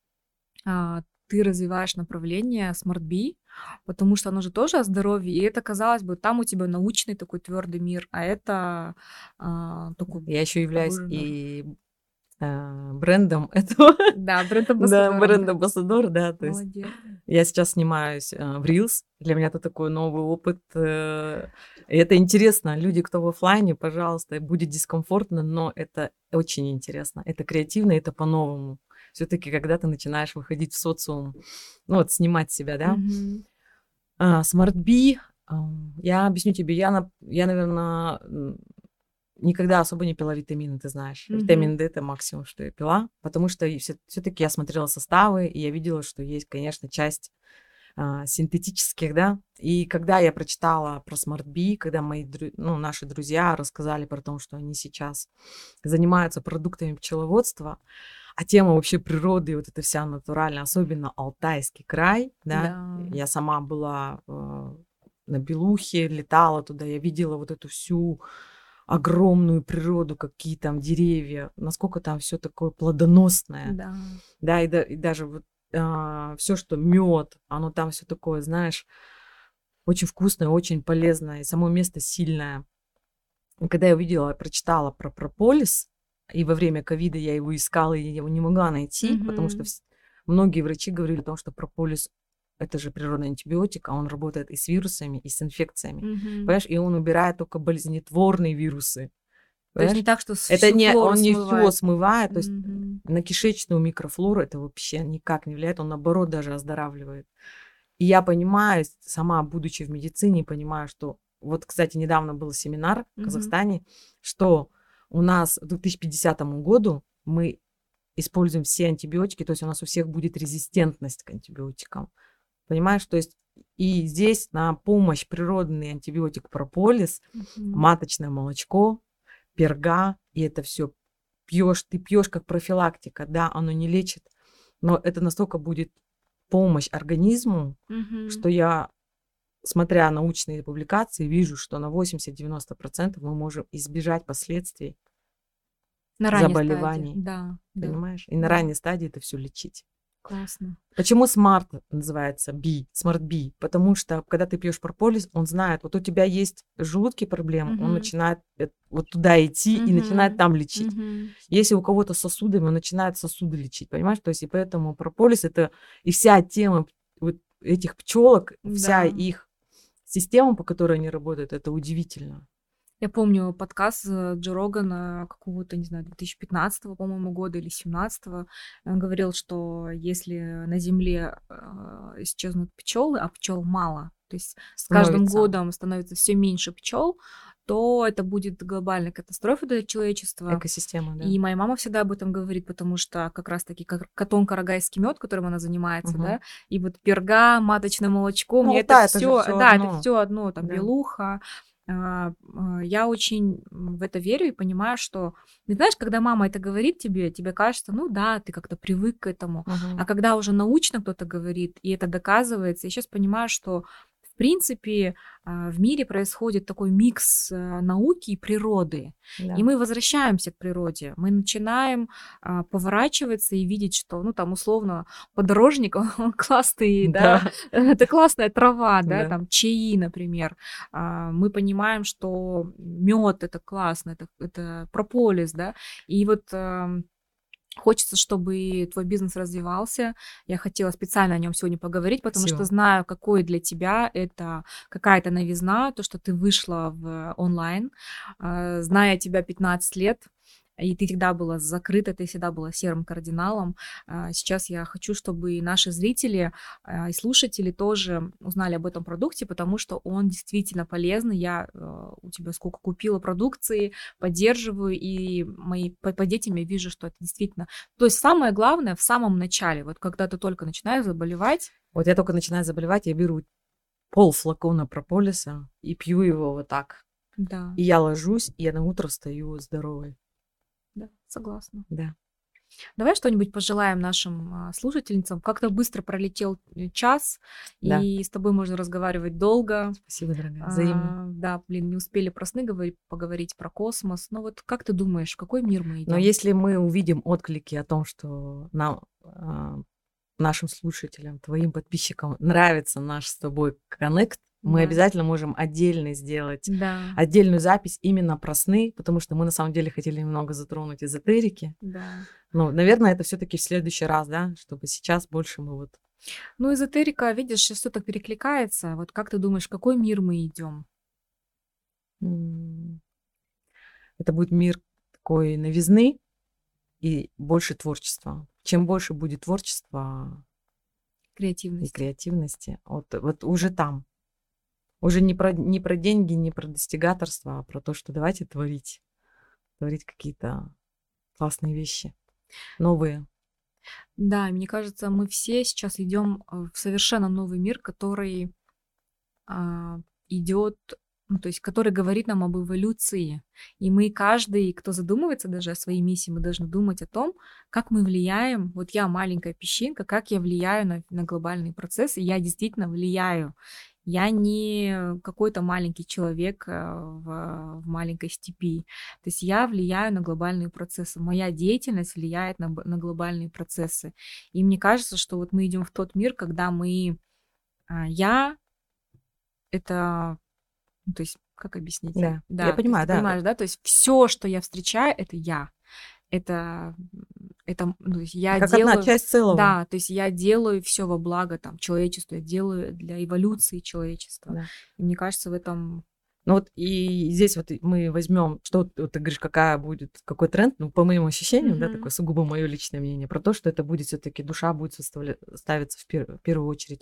а, ты развиваешь направление Smart Bee, потому что оно же тоже о здоровье, и это, казалось бы, там у тебя научный такой твердый мир, а это а, такой Я еще являюсь погруженный. и а, брендом этого, Да, да, бренд-амбассадором, да. бренд-амбассадор, да, то есть Молодец. я сейчас снимаюсь а, в Reels, для меня это такой новый опыт, э, и это интересно, люди, кто в оффлайне, пожалуйста, будет дискомфортно, но это очень интересно, это креативно, это по-новому. Все-таки, когда ты начинаешь выходить в социум, ну вот снимать себя, да, Мгм. а, Smart Bee, а, я объясню тебе, я, на- я, наверное, никогда особо не пила витамины, ты знаешь. Мгм. Витамин D это максимум, что я пила, потому что все-таки я смотрела составы, и я видела, что есть, конечно, часть а, синтетических, да. И когда я прочитала про Smart Bee, когда мои, дру- ну, наши друзья рассказали про то, что они сейчас занимаются продуктами пчеловодства, а тема вообще природы, вот эта вся натуральная, особенно Алтайский край, да. Да. Я сама была э, на Белухе, летала туда, я видела вот эту всю огромную природу, какие там деревья, насколько там все такое плодоносное, Да. да, и, да, и даже вот все, что мед, оно там все такое, знаешь, очень вкусное, очень полезное, и само место сильное. И когда я увидела, я прочитала про прополис, и во время ковида я его искала, и я его не могла найти, потому что Мгм. вс- многие врачи говорили о том, что прополис это же природный антибиотик, а он работает и с вирусами, и с инфекциями. Мгм. Понимаешь, и он убирает только болезнетворные вирусы. То есть Понимаешь? не так, что Это всю не, флору он не все смывает. смывает, то есть Мгм. на кишечную микрофлору это вообще никак не влияет, он наоборот даже оздоравливает. И я понимаю, с- сама будучи в медицине, понимаю, что вот, кстати, недавно был семинар в Мгм. Казахстане, что у нас к две тысячи пятидесятому году мы используем все антибиотики, то есть у нас у всех будет резистентность к антибиотикам. Понимаешь, то есть И здесь на помощь природный антибиотик прополис, Мгм. маточное молочко, перга, и это все пьешь, ты пьешь как профилактика, да, оно не лечит, но это настолько будет помощь организму, Мгм. что я, смотря научные публикации, вижу, что на восемьдесят-девяносто процентов мы можем избежать последствий На ранней стадии. заболеваний, Да, да, понимаешь? И на да. ранней стадии это все лечить. Классно. Почему смарт называется би, смарт би? Потому что когда ты пьешь прополис, он знает, вот у тебя есть в желудке проблемы, он Мгм. начинает э, вот туда идти и начинает Мгм. там лечить. Мгм. Если у кого-то с сосудами, он начинает сосуды лечить, понимаешь? То есть и поэтому прополис это и вся тема вот этих пчелок, вся Да. их система, по которой они работают, это удивительно. Я помню подкаст э, Джо Рогана какого-то, не знаю, две тысячи пятнадцатого, по-моему, года или семнадцатого. Он говорил, что если на Земле э, исчезнут пчелы, а пчел мало, то есть с каждым Становится годом становится все меньше пчел, то это будет глобальная катастрофа для человечества. экосистема, да. И моя мама всегда об этом говорит, потому что как раз-таки как котон-карагайский мед, которым она занимается, Мгм. да, и вот перга, маточное молочко, Ну мне вот это да, это же все, все да, это одно. все одно, там, Да. белуха. А, а, Я очень м, в это верю и понимаю, что, ты знаешь, когда мама это говорит тебе, тебе кажется, ну да, ты как-то привык к этому. А Мгм. когда уже научно кто-то говорит, и это доказывается, я сейчас понимаю, что в принципе а, в мире происходит такой микс а, науки и природы. Да. И мы возвращаемся к природе. Мы начинаем а, поворачиваться и видеть, что, ну, там, условно, подорожник, он классный, да, Да. это классная трава, да, Да. там, чаи, например. А, Мы понимаем, что мед это классно, это, это прополис, да. И вот ам, хочется, чтобы твой бизнес развивался. Я хотела специально о нем сегодня поговорить, потому что Спасибо. знаю, какой для тебя это какая-то новизна, то, что ты вышла в онлайн, а, зная тебя пятнадцать лет, и ты всегда была закрыта, ты всегда была серым кардиналом. А, Сейчас я хочу, чтобы и наши зрители а, и слушатели тоже узнали об этом продукте, потому что он действительно полезный. Я э, у тебя сколько купила продукции, поддерживаю, и мои, по, по детям я вижу, что это действительно... То есть самое главное в самом начале, вот когда ты только начинаешь заболевать, Вот я только начинаю заболевать, я беру пол флакона прополиса и пью его вот так. да, И я ложусь, и я на утро встаю здоровой. да, согласна. Да. Давай что-нибудь пожелаем нашим а, слушательницам. Как-то быстро пролетел э, час, Да. и с тобой можно разговаривать долго. Спасибо, дорогая. Взаимно. А, да, блин, не успели про сны говорить, поговорить про космос. Ну вот как ты думаешь, в какой мир мы Но идем? если мы увидим отклики о том, что нам, а, нашим слушателям, твоим подписчикам нравится наш с тобой коннект, мы Да. обязательно можем отдельно сделать Да, отдельную запись именно про сны, потому что мы на самом деле хотели немного затронуть эзотерики. да. Ну, наверное, это все-таки в следующий раз, да, чтобы сейчас больше мы вот. Ну, эзотерика, видишь, сейчас все так перекликается. Вот как ты думаешь, в какой мир мы идем? м, Это будет мир такой новизны и больше творчества. Чем больше будет творчества и Креативность. креативности, вот, вот уже там. Уже не про, не про деньги, не про достигаторство, а про то, что давайте творить. Творить какие-то классные вещи, новые. Да, мне кажется, мы все сейчас идем в совершенно новый мир, который а, идет, ну, то есть, который говорит нам об эволюции. И мы, каждый, кто задумывается даже о своей миссии, мы должны думать о том, как мы влияем. Вот я маленькая песчинка, как я влияю на, на глобальные процессы. Я действительно влияю. Я не какой-то маленький человек а, в, в маленькой степи. То есть я влияю на глобальные процессы. Моя деятельность влияет на, б- на глобальные процессы. И мне кажется, что вот мы идем в тот мир, когда мы... а, Я это, ну, то есть, как объяснить? Да, Да, я то есть понимаю, ты да. понимаешь, да? То есть все, что я встречаю, это я. Это, м, это, м, ну, то есть я Как одна делаю, часть целого. да, то есть я делаю все во благо там человечеству, я делаю для эволюции человечества. Да. И мне кажется, в этом, Ну вот и здесь вот и мы возьмем, что вот, вот ты говоришь, какая будет, какой тренд, ну, по моим ощущениям, да, Мгм. такое сугубо мое личное мнение, про то, что это будет все-таки душа будет составля- ставиться в, пер- в первую очередь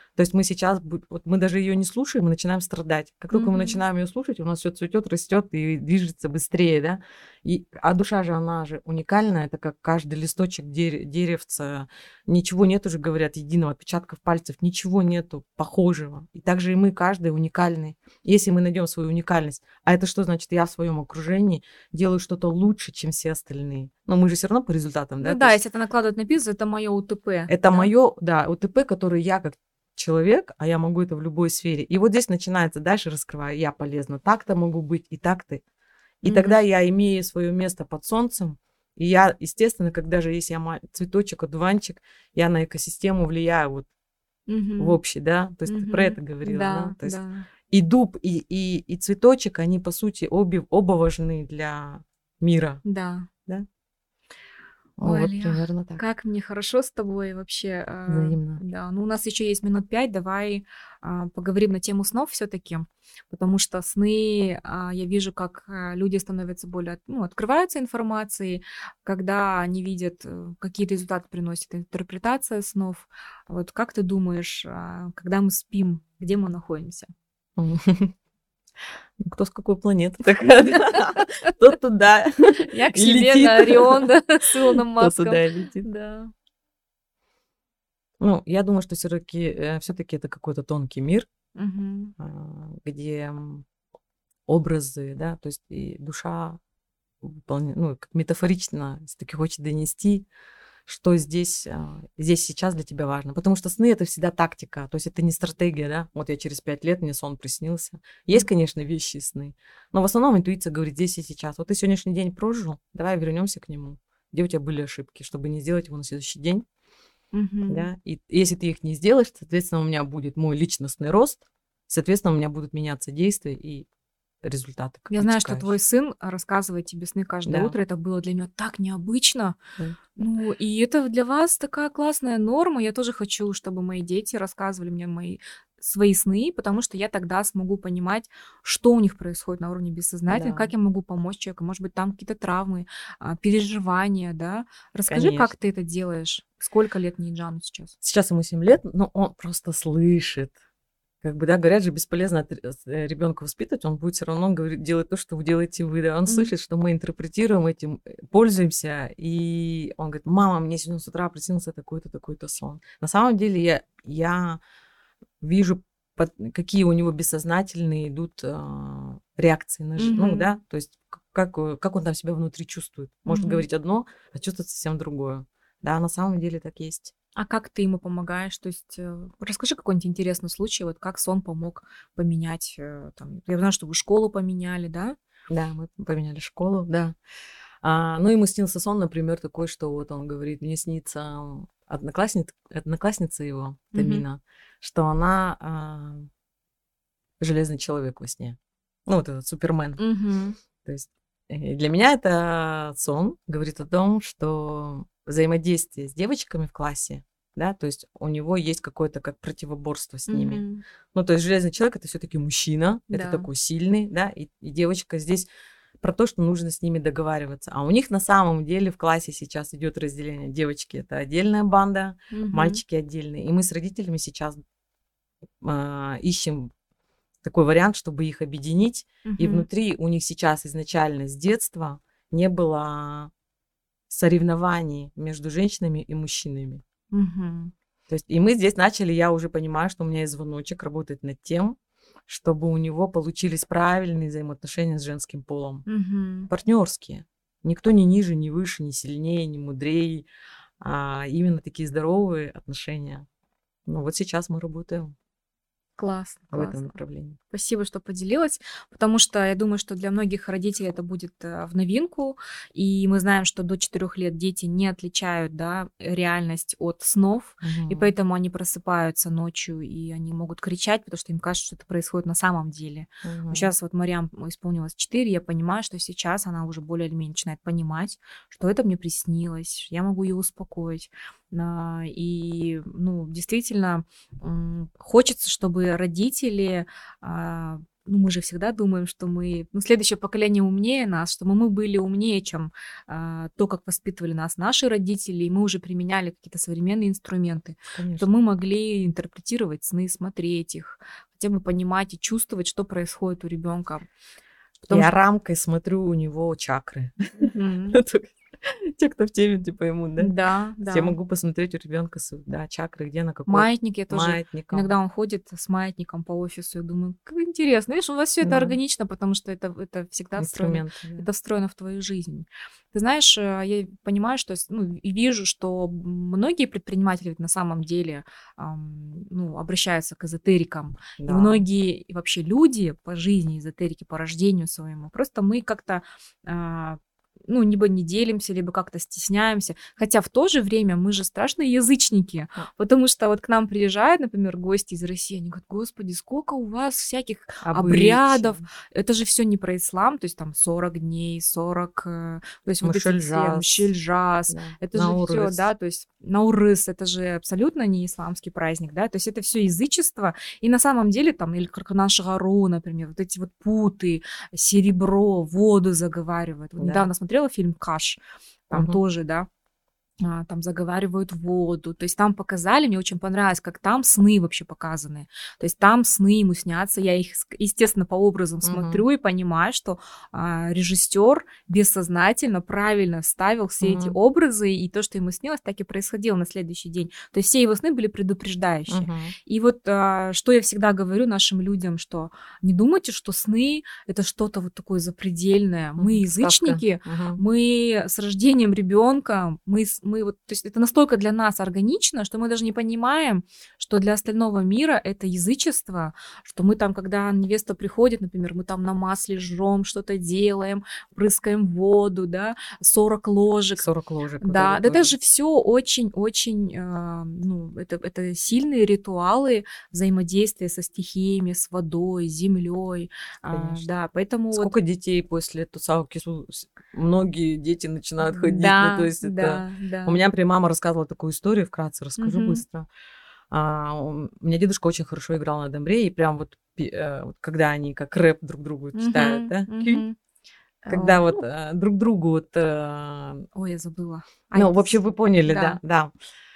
То есть мы сейчас, бу- вот мы даже ее не слушаем, мы начинаем страдать. Как только мы Мгм. начинаем ее слушать, у нас все цветет, растет и движется быстрее, да. И, а душа же, она же уникальная, это как каждый листочек дере- деревца, ничего нет уже, говорят, единого, отпечатков пальцев, ничего нету похожего. И также и мы, каждый уникальный. Если мы найдем свою уникальность, а это что значит? Я в своем окружении делаю что-то лучше, чем все остальные. Но мы же все равно по результатам, да? Ну То да, есть если это накладывать на бизнес, это мое УТП, это да? мое, да, УТП, который я как человек, а я могу это в любой сфере. И вот здесь начинается дальше раскрываю, я полезна, так-то могу быть, и так-то. И Мгм. тогда я имею свое место под солнцем. И я, естественно, когда же есть я ма- цветочек, одуванчик, я на экосистему влияю вот в Мгм. общий, да. То есть ты про Мгм. это говорила, да. Да, То есть да. и дуб, и, и, и цветочек, они, по сути, обе, оба важны для мира, Да. да. Ой, Вот Илья, примерно так. как мне хорошо с тобой вообще. а, Взаимно. Да, ну у нас еще есть минут пять, давай а, поговорим на тему снов все-таки, потому что сны, а, я вижу, как а, люди становятся более, ну, открываются информацией, когда они видят, э, какие результаты приносит интерпретация снов. Вот как ты думаешь, а, когда мы спим, где мы находимся? Ну, кто с какой планеты, такая, да. Тот туда Я к и себе летит. на Орион, да, с Илоном Тот Маском. туда и летит. Да. Ну, я думаю, что все-таки, все-таки это какой-то тонкий мир, Мгм. а, где м, образы, да, то есть и душа, выполня- ну, как метафорично, все-таки хочет донести, что здесь, а, здесь сейчас для тебя важно. Потому что сны это всегда тактика, то есть это не стратегия, да. Вот я через пять лет, мне сон приснился. Есть, М. конечно, вещи и сны, но в основном интуиция говорит здесь и сейчас. Вот ты сегодняшний день прожил, давай вернемся к нему. Где у тебя были ошибки, чтобы не сделать его на следующий день, Мгм. да. И если ты их не сделаешь, соответственно, у меня будет мой личностный рост, соответственно, у меня будут меняться действия и результаты как Я знаю, что твой вытекающие. сын рассказывает тебе сны каждое Да, утро. Это было для него так необычно. да, Ну, и это для вас такая классная норма. Я тоже хочу, чтобы мои дети рассказывали мне мои свои сны, потому что я тогда смогу понимать, что у них происходит на уровне бессознательного, да, как я могу помочь человеку. Может быть, там какие-то травмы, а, переживания, да. Расскажи, как конечно. ты это делаешь? Сколько лет Ниджану сейчас? Сейчас ему семь лет, но он просто слышит. Как бы, да, говорят же, бесполезно ребенка воспитывать, он будет все равно говорить, делать то, что вы делаете вы, да. Он Мгм. слышит, что мы интерпретируем этим, э, пользуемся, и он говорит: мама, мне сегодня с утра приснился такой-то, такой-то сон. На самом деле я, я вижу, под- какие у него бессознательные идут а, реакции на жизнь, ну, Мгм. да, то есть к- как, э, как он там себя внутри чувствует. Может Мгм. говорить одно, а чувствовать совсем другое. Да, на самом деле так есть. А как ты ему помогаешь? То есть, э, расскажи какой-нибудь интересный случай, вот как сон помог поменять, э, там, я знаю, что вы школу поменяли, да? Да, мы поменяли школу, да. А, ну, ему снился сон, например, такой, что вот он говорит, мне снится одноклассница, одноклассница его, Мгм. Тамина, что она а, железный человек во сне. Ну, вот этот Супермен. Мгм. То есть э, для меня это сон говорит о том, что взаимодействие с девочками в классе, да, то есть у него есть какое-то как противоборство с ними. Мгм. Ну, то есть железный человек это все-таки мужчина, это Да. такой сильный, да, и, и девочка здесь про то, что нужно с ними договариваться. А у них на самом деле в классе сейчас идет разделение. Девочки это отдельная банда, Мгм. мальчики отдельные. И мы с родителями сейчас а, ищем такой вариант, чтобы их объединить. И Мгм. внутри у них сейчас изначально с детства не было соревнований между женщинами и мужчинами. Мгм. То есть, и мы здесь начали, я уже понимаю, что у меня есть звоночек, работать над тем, чтобы у него получились правильные взаимоотношения с женским полом. Мгм. Партнерские. Никто не ниже, не выше, не сильнее, не мудрее, а именно такие здоровые отношения. Ну вот сейчас мы работаем Классно, в этом классно. направлении. Спасибо, что поделилась, потому что я думаю, что для многих родителей это будет э, в новинку, и мы знаем, что до четырех лет дети не отличают, да, реальность от снов, и Мгм. поэтому они просыпаются ночью, и они могут кричать, потому что им кажется, что это происходит на самом деле. Мгм. Сейчас вот Марьям исполнилось четыре, я понимаю, что сейчас она уже более или менее начинает понимать, что это мне приснилось, я могу ее успокоить. А, И, ну, действительно, м, хочется, чтобы родители а, ну, мы же всегда думаем, что мы, ну, следующее поколение умнее нас, что мы, мы были умнее, чем а, то, как воспитывали нас наши родители, и мы уже применяли какие-то современные инструменты, то Конечно. мы могли интерпретировать сны, смотреть их, хотя бы понимать и чувствовать, что происходит у ребенка. Я что... рамкой смотрю у него чакры. Те, кто в теме, типа ему, да? Да, да. Я могу посмотреть у ребенка, да, чакры, где на какой. Маятник я тоже. Маятником. Иногда он ходит с маятником по офису, я думаю, как интересно. Видишь, у вас все это да. органично, потому что это, это всегда встроено, да. это встроено в твою жизнь. Ты знаешь, я понимаю, что, ну, и вижу, что многие предприниматели на самом деле эм, ну, обращаются к эзотерикам. Да. И многие и вообще люди по жизни эзотерики, по рождению своему. Просто мы как-то... Э, ну, либо не делимся, либо как-то стесняемся. Хотя в то же время мы же страшные язычники, потому что вот к нам приезжают, например, гости из России, они говорят, господи, сколько у вас всяких Обычно. обрядов. Это же все не про ислам, то есть там сорок дней, сорок... То есть вот эти все, мшельжаз, да. это Наурыз. же все, да, то есть Наурыз, это же абсолютно не исламский праздник, да, то есть это все язычество, и на самом деле там, или Карканаш-Гару, например, вот эти вот путы, серебро, воду заговаривают. Вот да. недавно смотрела фильм «Каш», там угу. тоже, да, там заговаривают воду, то есть там показали, мне очень понравилось, как там сны вообще показаны, то есть там сны ему снятся, я их, естественно, по образам uh-huh. смотрю и понимаю, что а, режиссер бессознательно правильно ставил все uh-huh. эти образы, и то, что ему снилось, так и происходило на следующий день, то есть все его сны были предупреждающие, uh-huh. и вот а, что я всегда говорю нашим людям, что не думайте, что сны это что-то вот такое запредельное, мы uh-huh. язычники, uh-huh. мы с рождением ребенка, мы Мы вот, то есть это настолько для нас органично, что мы даже не понимаем, что для остального мира это язычество, что мы там, когда невеста приходит, например, мы там на масле жжем, что-то делаем, прыскаем воду, да, сорок ложек. сорок ложек. Да, вот да, это же все очень-очень, э, ну, это, это сильные ритуалы взаимодействия со стихиями, с водой, с землей. Э, да, поэтому... Сколько вот... детей после Тусауки, многие дети начинают ходить, да, ну, то есть да, это... Да. У меня прям мама рассказывала такую историю, вкратце расскажу uh-huh. быстро. А, у меня дедушка очень хорошо играл на домбре, и прям вот, э, вот когда они как рэп друг другу uh-huh. читают, да? Uh-huh. Когда oh. вот э, друг другу вот... Э, Ой, я забыла. Ну, а в общем, вы поняли, да. да, да.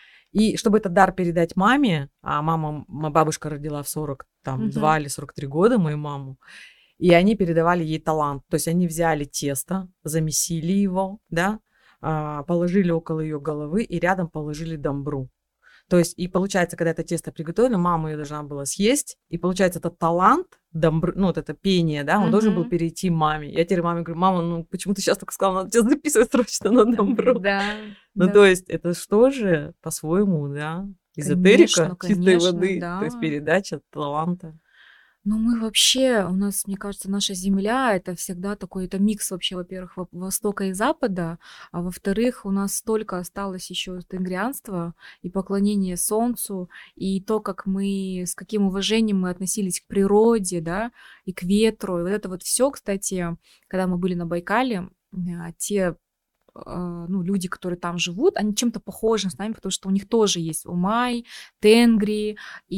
И чтобы этот дар передать маме, а мама, моя бабушка родила в сорок два uh-huh. или сорок три года мою маму, и они передавали ей талант. То есть они взяли тесто, замесили его, да, положили около ее головы и рядом положили домбру. То есть, и получается, когда это тесто приготовили, мама ее должна была съесть, и получается, этот талант, домбры, ну, вот это пение, да, он uh-huh. должен был перейти маме. Я теперь маме говорю, мама, ну, почему ты сейчас только сказала, надо тебя записывать срочно на домбру. Да, ну, да. то есть, это что же, по-своему, да, эзотерика конечно, чистой конечно, воды, да. то есть, передача таланта. Ну, мы вообще, у нас, мне кажется, наша Земля, это всегда такой, это микс вообще, во-первых, Востока и Запада, а во-вторых, у нас столько осталось еще тенгрианства и поклонение Солнцу, и то, как мы, с каким уважением мы относились к природе, да, и к ветру, и вот это вот все, кстати, когда мы были на Байкале, те ну, люди, которые там живут, они чем-то похожи с нами, потому что у них тоже есть умай, тенгри,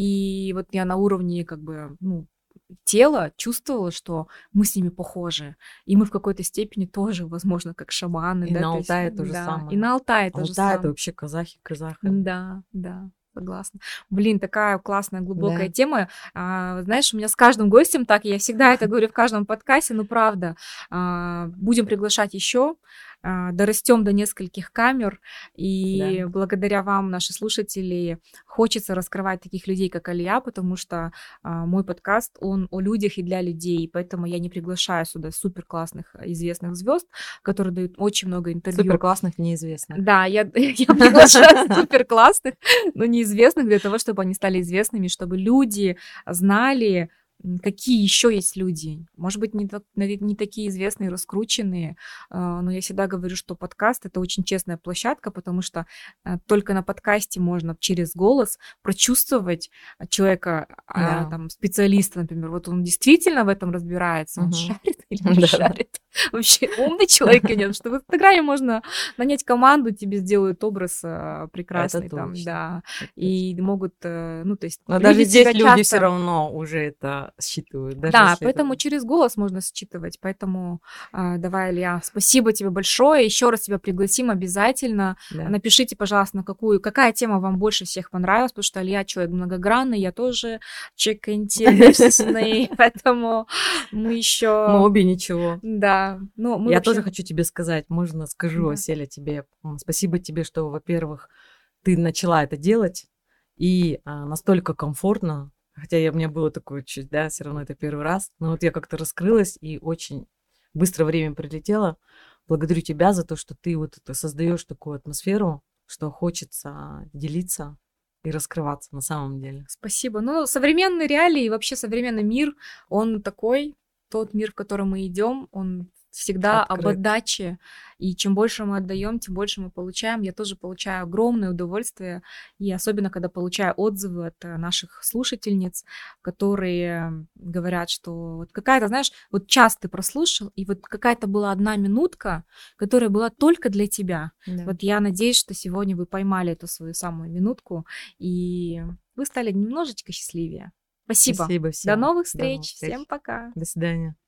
и вот я на уровне, как бы, ну, тело чувствовало, что мы с ними похожи. И мы в какой-то степени тоже, возможно, как шаманы. И да, на Алтае то, то же да, самое. И на Алтае то же самое. Алтай — это вообще казахи, казахи. Да, да. Согласна. Блин, такая классная, глубокая да. тема. А, знаешь, у меня с каждым гостем так, я всегда это говорю в каждом подкасте, ну правда, а, будем приглашать еще, а, дорастем до нескольких камер, и да. благодаря вам, наши слушатели, хочется раскрывать таких людей, как Алия, потому что а, мой подкаст, он о людях и для людей, поэтому я не приглашаю сюда супер классных известных звезд, которые дают очень много интервью. Супер классных неизвестных. Да, я, я приглашаю супер классных, но неизвестных для того, чтобы они стали известными, чтобы люди знали, какие еще есть люди. Может быть, не, не такие известные, раскрученные, но я всегда говорю, что подкаст — это очень честная площадка, потому что только на подкасте можно через голос прочувствовать человека, да. там, специалиста, например. Вот он действительно в этом разбирается, он угу. шарит или не да. шарит. вообще умный человек или нет, что в "Инстаграме" можно нанять команду, тебе сделают образ, а, Это прекрасный там, точно, да. это точно. И могут, э, ну, то есть Но даже люди здесь тебя люди все часто равно уже это считывают, даже Да, если это поэтому через голос можно считывать. Поэтому, а, давай, Илья, спасибо тебе большое. Еще раз тебя пригласим обязательно. Да. Напишите, пожалуйста, на какую какая тема вам больше всех понравилась, потому что Илья человек многогранный, я тоже человек интересный, поэтому мы Мы еще обе ничего. Да, ну, мы Я тоже вообще хочу тебе сказать, можно скажу, Да. Аселя, тебе, м, спасибо тебе, что, во-первых, ты начала это делать, и, а, настолько комфортно, хотя я у меня было такое чуть, да, все равно это первый раз, но вот я как-то раскрылась, и очень быстро время пролетело. Благодарю тебя за то, что ты вот это создаешь такую атмосферу, что хочется делиться и раскрываться на самом деле. Спасибо. Ну, современные реалии и вообще современный мир, он такой, тот мир, в котором мы идем, он всегда об Открыт. отдаче. И чем больше мы отдаем, тем больше мы получаем. Я тоже получаю огромное удовольствие, и особенно когда получаю отзывы от э, наших слушательниц, которые говорят, что вот какая-то, знаешь, вот час ты прослушал, и вот какая-то была одна минутка, которая была только для тебя. Да. Вот я надеюсь, что сегодня вы поймали эту свою самую минутку, и вы стали немножечко счастливее. Спасибо. Спасибо До всем. новых До новых встреч. Всем встреч. пока. До свидания.